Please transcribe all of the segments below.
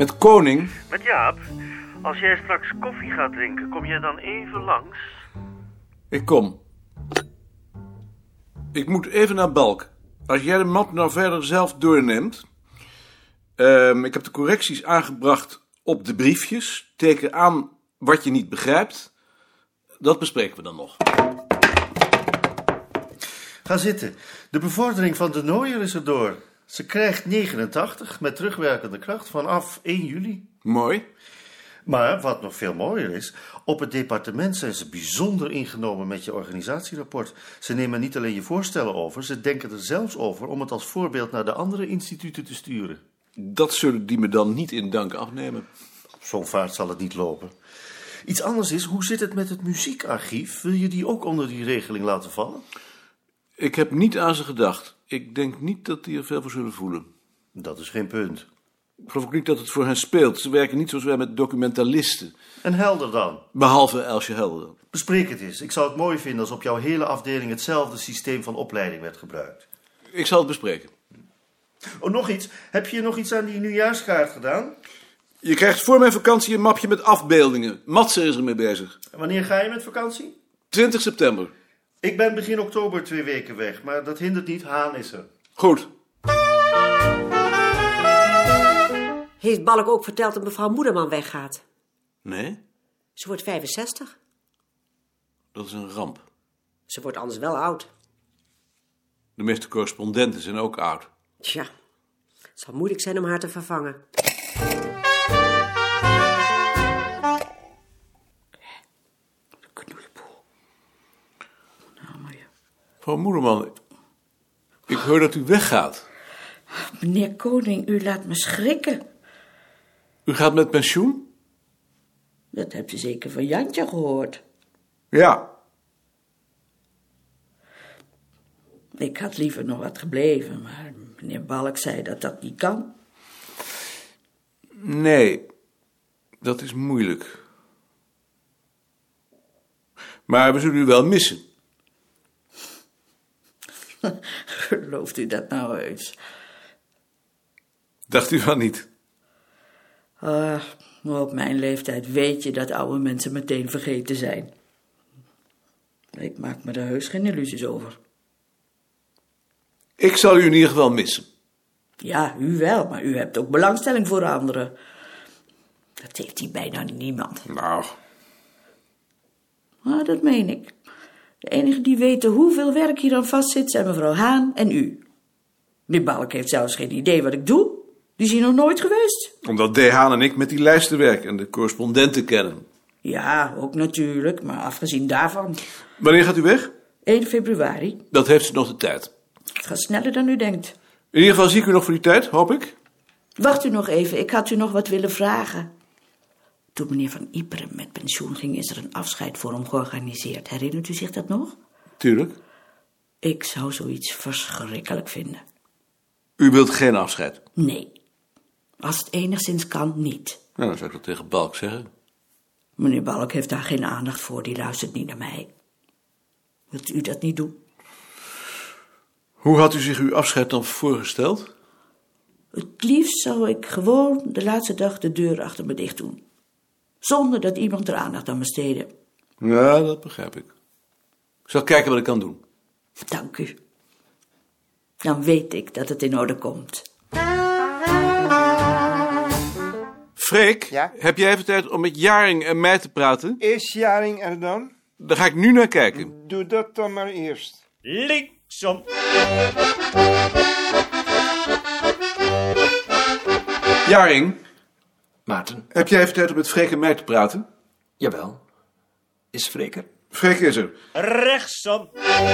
Met Koning? Met Jaap. Als jij straks koffie gaat drinken, kom jij dan even langs? Ik kom. Ik moet even naar Balk. Als jij de map nou verder zelf doorneemt. Ik heb de correcties aangebracht op de briefjes. Teken aan wat je niet begrijpt. Dat bespreken we dan nog. Ga zitten. De bevordering van de Nooier is erdoor. Ze krijgt 89 met terugwerkende kracht vanaf 1 juli. Mooi. Maar wat nog veel mooier is, op het departement zijn ze bijzonder ingenomen met je organisatierapport. Ze nemen niet alleen je voorstellen over, ze denken er zelfs over om het als voorbeeld naar de andere instituten te sturen. Dat zullen die me dan niet in dank afnemen. Op zo'n vaart zal het niet lopen. Iets anders is, hoe zit het met het muziekarchief? Wil je die ook onder die regeling laten vallen? Ik heb niet aan ze gedacht. Ik denk niet dat die er veel voor zullen voelen. Dat is geen punt. Ik geloof ook niet dat het voor hen speelt. Ze werken niet zoals wij met documentalisten. En Helder dan? Behalve Elsje Helder. Bespreek het eens. Ik zou het mooi vinden als op jouw hele afdeling hetzelfde systeem van opleiding werd gebruikt. Ik zal het bespreken. Oh, nog iets. Heb je nog iets aan die nieuwjaarskaart gedaan? Je krijgt voor mijn vakantie een mapje met afbeeldingen. Matze is ermee bezig. En wanneer ga je met vakantie? 20 september. Ik ben begin oktober 2 weken weg, maar dat hindert niet. Haan is er. Goed. Heeft Balk ook verteld dat mevrouw Moederman weggaat? Nee, Ze wordt 65. dat is een ramp. Ze wordt anders wel oud. De meeste correspondenten zijn ook oud. Tja, het zal moeilijk zijn om haar te vervangen. Knoeipoel. Nou, maar ja. Mevrouw Moederman, ik hoor dat u weggaat. Meneer Koning, u laat me schrikken. U gaat met pensioen? Dat hebt u zeker van Jantje gehoord. Ja. Ik had liever nog wat gebleven, maar meneer Balk zei dat dat niet kan. Nee, dat is moeilijk. Maar we zullen u wel missen. Gelooft u dat nou eens? Dacht u van niet? Op mijn leeftijd weet je dat oude mensen meteen vergeten zijn. Ik maak me er heus geen illusies over. Ik zal u in ieder geval missen. Ja, u wel, maar u hebt ook belangstelling voor anderen. Dat heeft hier bijna niemand. Nou, Maar dat meen ik. De enigen die weten hoeveel werk hier aan vastzit zijn mevrouw Haan en u. Meneer Balk heeft zelfs geen idee wat ik doe. Die is hier nog nooit geweest. omdat D. Haan en ik met die lijsten werken en de correspondenten kennen. Ja, ook natuurlijk, maar afgezien daarvan. Wanneer gaat u weg? 1 februari. Dat heeft ze nog de tijd. Het gaat sneller dan u denkt. In ieder geval zie ik u nog voor die tijd, hoop ik. Wacht u nog even, ik had u nog wat willen vragen. Toen meneer Van Iperen met pensioen ging, is er een afscheid voor hem georganiseerd. Herinnert u zich dat nog? Tuurlijk. Ik zou zoiets verschrikkelijk vinden. U wilt geen afscheid. Nee, als het enigszins kan, niet. Nou, dan zou ik dat tegen Balk zeggen. Meneer Balk heeft daar geen aandacht voor, die luistert niet naar mij. Wilt u dat niet doen? Hoe had u zich uw afscheid dan voorgesteld? Het liefst zou ik gewoon de laatste dag de deur achter me dicht doen. Zonder dat iemand er aandacht aan besteedde. Ja, dat begrijp ik. Ik zal kijken wat ik kan doen. Dank u. Dan weet ik dat het in orde komt. Freek, Ja? heb jij even tijd om met Jaring en mij te praten? Is Jaring er dan? Daar ga ik nu naar kijken. Doe dat dan maar eerst. Linksom. Jaring, Maarten, heb jij even tijd om met Freek en mij te praten? jawel. Is Freker? Freek is er. Rechtsom.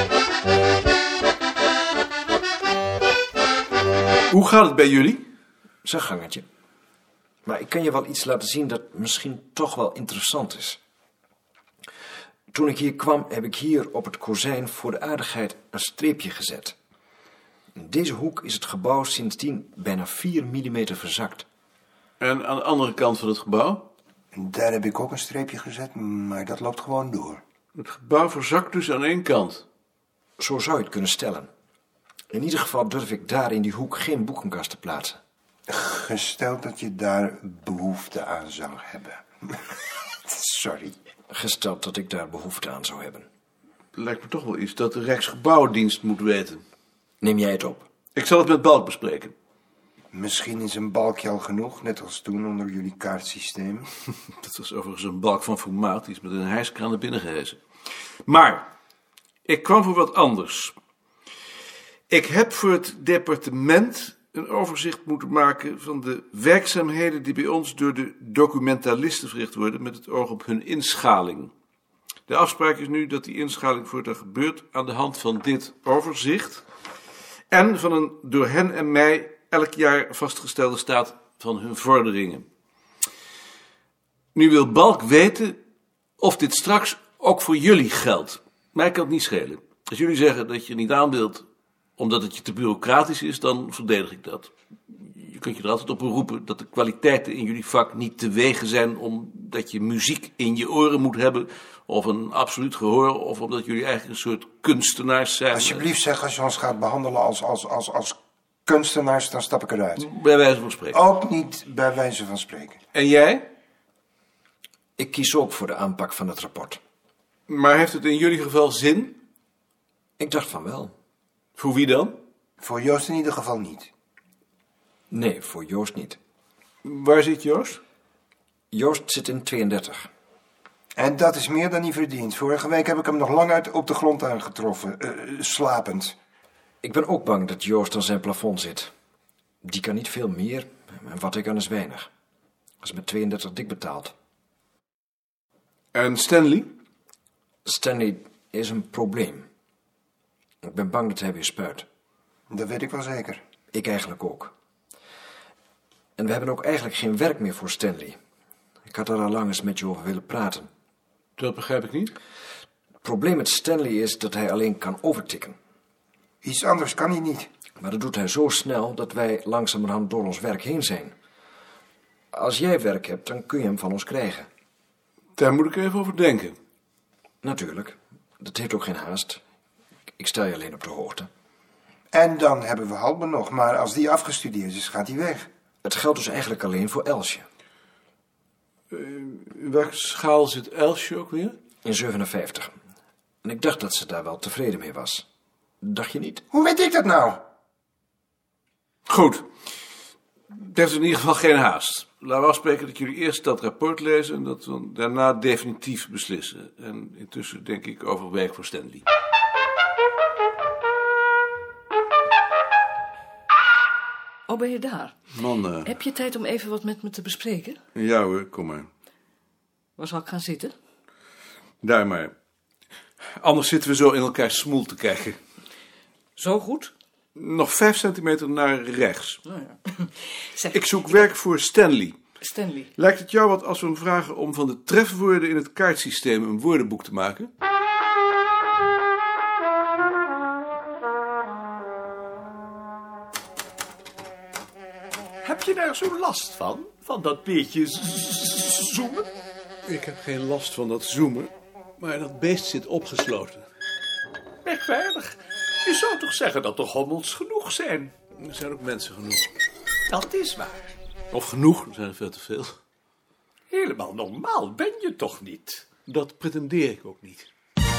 Hoe gaat het bij jullie? Zijn gangetje. Maar ik kan je wel iets laten zien dat misschien toch wel interessant is. Toen ik hier kwam, heb ik hier op het kozijn voor de aardigheid een streepje gezet. In deze hoek is het gebouw sindsdien bijna 4 millimeter verzakt. En aan de andere kant van het gebouw? Daar heb ik ook een streepje gezet, maar dat loopt gewoon door. Het gebouw verzakt dus aan één kant. Zo zou je het kunnen stellen. In ieder geval durf ik daar in die hoek geen boekenkast te plaatsen. Gesteld dat je daar behoefte aan zou hebben. Sorry. Gesteld dat ik daar behoefte aan zou hebben. Lijkt me toch wel iets dat de Rijksgebouwdienst moet weten. Neem jij het op? Ik zal het met Balk bespreken. Misschien is een balkje al genoeg, net als toen onder jullie kaartsysteem. Dat was overigens een balk van formaat, die is met een hijskraan naar binnen gehezen. Maar, ik kwam voor wat anders. Ik heb voor het departement een overzicht moeten maken van de werkzaamheden die bij ons door de documentalisten verricht worden met het oog op hun inschaling. De afspraak is nu dat die inschaling voortaan gebeurt aan de hand van dit overzicht en van een door hen en mij elk jaar vastgestelde staat van hun vorderingen. Nu wil Balk weten of dit straks ook voor jullie geldt. Mij kan het niet schelen. Als jullie zeggen dat je niet aan wilt omdat het je te bureaucratisch is, dan verdedig ik dat. Je kunt je er altijd op beroepen dat de kwaliteiten in jullie vak niet te wegen zijn omdat je muziek in je oren moet hebben, of een absoluut gehoor, of omdat jullie eigenlijk een soort kunstenaars zijn. Alsjeblieft zeg, als je ons gaat behandelen als kunstenaars, dan stap ik eruit. Bij wijze van spreken. Ook niet bij wijze van spreken. En jij? Ik kies ook voor de aanpak van het rapport. Maar heeft het in jullie geval zin? Ik dacht van wel. Voor wie dan? Voor Joost in ieder geval niet. Nee, voor Joost niet. Waar zit Joost? Joost zit in 32. En dat is meer dan hij verdient. Vorige week heb ik hem nog lang uit op de grond aangetroffen. Slapend. Ik ben ook bang dat Joost aan zijn plafond zit. Die kan niet veel meer en wat hij kan is weinig. Hij is met 32 dik betaald. En Stanley? Stanley is een probleem. Ik ben bang dat hij weer spuit. Dat weet ik wel zeker. Ik eigenlijk ook. En we hebben ook eigenlijk geen werk meer voor Stanley. Ik had daar al lang eens met je over willen praten. Dat begrijp ik niet. Het probleem met Stanley is dat hij alleen kan overtikken. Iets anders kan hij niet. Maar dat doet hij zo snel dat wij langzamerhand door ons werk heen zijn. Als jij werk hebt, dan kun je hem van ons krijgen. Daar moet ik even over denken. Natuurlijk. Dat heeft ook geen haast. Ik stel je alleen op de hoogte. En dan hebben we Halben nog. Maar als die afgestudeerd is, gaat hij weg. Het geldt dus eigenlijk alleen voor Elsje. In welke schaal zit Elsje ook weer? In 57. En ik dacht dat ze daar wel tevreden mee was. Dacht je niet? Hoe weet ik dat nou? Goed. Het heeft in ieder geval geen haast. Laten we afspreken dat jullie eerst dat rapport lezen en dat we daarna definitief beslissen. En intussen denk ik over werk voor Stanley. Oh, ben je daar? Man, Heb je tijd om even wat met me te bespreken? ja hoor, kom maar. Waar zal ik gaan zitten? Daar maar. Anders zitten we zo in elkaar smoel te kijken. Zo goed? Nog 5 centimeter naar rechts. Nou ja. Zeg, Ik zoek werk voor Stanley. Stanley. Lijkt het jou wat als we hem vragen om van de trefwoorden in het kaartsysteem een woordenboek te maken? Heb je daar zo last van? Van dat beetje zoomen? Ik heb geen last van dat zoomen, maar dat beest zit opgesloten. Merkwaardig. Je zou toch zeggen dat er hommels genoeg zijn? Er zijn ook mensen genoeg. Dat is waar. Of genoeg, er zijn er veel te veel. Helemaal normaal ben je toch niet? Dat pretendeer ik ook niet.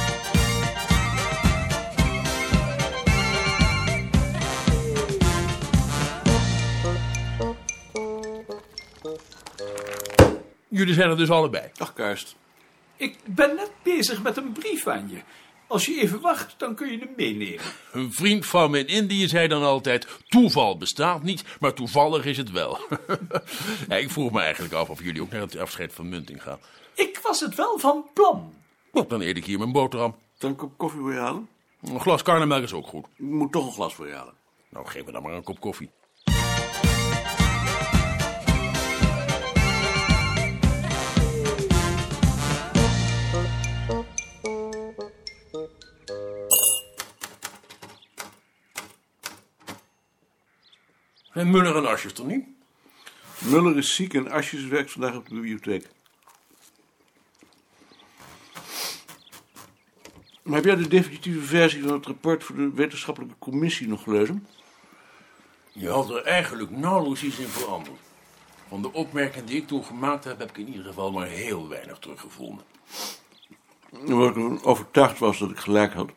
Jullie zijn er dus allebei. Dag Karst. Ik ben net bezig met een brief aan je. Als je even wacht, dan kun je hem meenemen. Een vriend van me in Indië zei dan altijd: toeval bestaat niet, maar toevallig is het wel. Ja, ik vroeg me eigenlijk af of jullie ook naar het afscheid van Munting gaan. Ik was het wel van plan. Dan eet ik hier mijn boterham. Zal ik een kop koffie voor je halen? Een glas karnemelk is ook goed. Ik moet toch een glas voor je halen. Nou, geef me dan maar een kop koffie. En Muller en Asjes toch niet? Muller is ziek en Asjes werkt vandaag op de bibliotheek. Maar heb jij de definitieve versie van het rapport voor de wetenschappelijke commissie nog gelezen? Je had er eigenlijk nauwelijks iets in veranderd. Van de opmerking die ik toen gemaakt heb ik in ieder geval maar heel weinig teruggevonden. Omdat ik ervan overtuigd was dat ik gelijk had.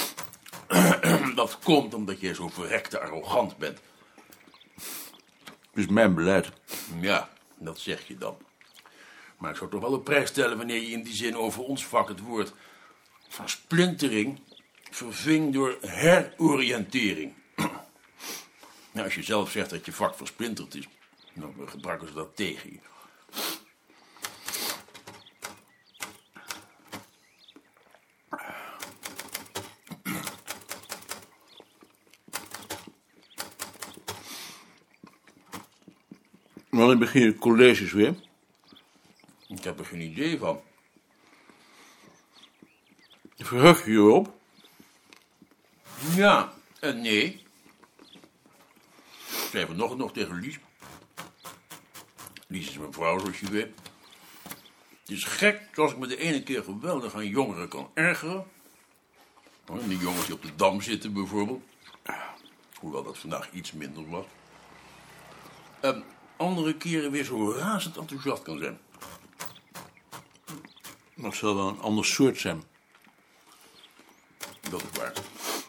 Dat komt omdat je zo verrekte arrogant bent. Het is mijn beleid. Ja, dat zeg je dan. Maar ik zou toch wel op prijs stellen wanneer je in die zin over ons vak het woord versplintering verving door heroriëntering. Nou, als je zelf zegt dat je vak versplinterd is, dan gebruiken ze dat tegen je. Wanneer begin je colleges weer? Ik heb er geen idee van. Verheug je erop? Ja en nee. Ik zei vanochtend nog tegen Lies. Lies is mijn vrouw, zoals je weet. Het is gek zoals ik me de ene keer geweldig aan jongeren kan ergeren. Die jongens die op de Dam zitten bijvoorbeeld. Hoewel dat vandaag iets minder was. Andere keren weer zo razend enthousiast kan zijn. Dat zal wel een ander soort zijn. Dat is waar.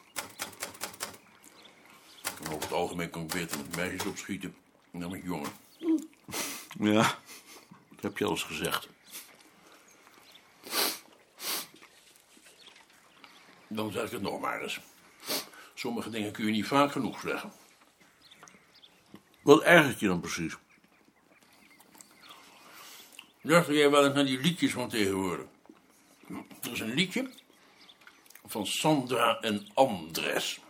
En over het algemeen kan ik beter met meisjes opschieten dan met jongen. Ja, dat heb je al eens gezegd. Dan zeg ik het nog maar eens. Sommige dingen kun je niet vaak genoeg zeggen. Wat ergert je dan precies? Luister jij wel eens naar die liedjes van tegenwoordig? Er is een liedje van Sandra en Andres.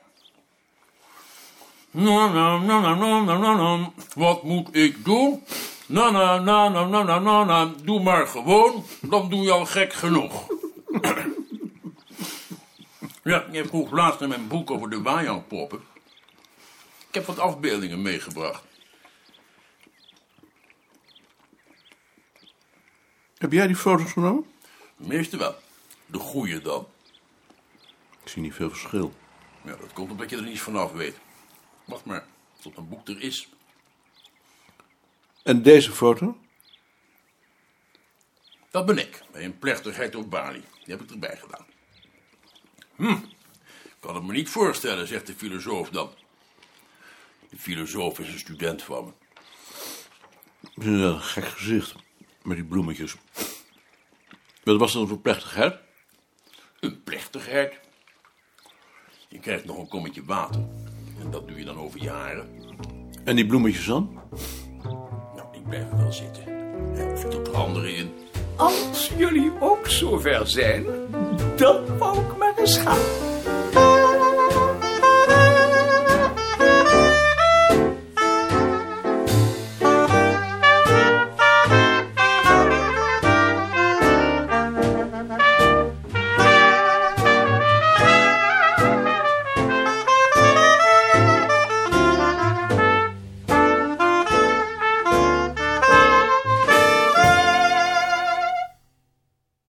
Na na na na na na na na. Wat moet ik doen? Na na na na na na na na. Doe maar gewoon, dan doe je al gek genoeg. Ja, jij vroeg laatst naar mijn boek over de Wajangpoppen. Ik heb wat afbeeldingen meegebracht. Heb jij die foto's genomen? De meeste wel. De goeie dan. Ik zie niet veel verschil. Ja, dat komt omdat je er niets vanaf weet. Wacht maar, tot een boek er is. En deze foto? Dat ben ik, bij een plechtigheid op Bali. Die heb ik erbij gedaan. Ik kan het me niet voorstellen, zegt de filosoof dan. De filosoof is een student van me. Dat is een gek gezicht, met die bloemetjes. Wat was dat voor plechtigheid? Een plechtigheid. Je krijgt nog een kommetje water. En dat doe je dan over je haren. En die bloemetjes dan? Nou, die blijven wel zitten. Of je doet er andere in. Als jullie ook zover zijn, dan wou ik maar eens gaan.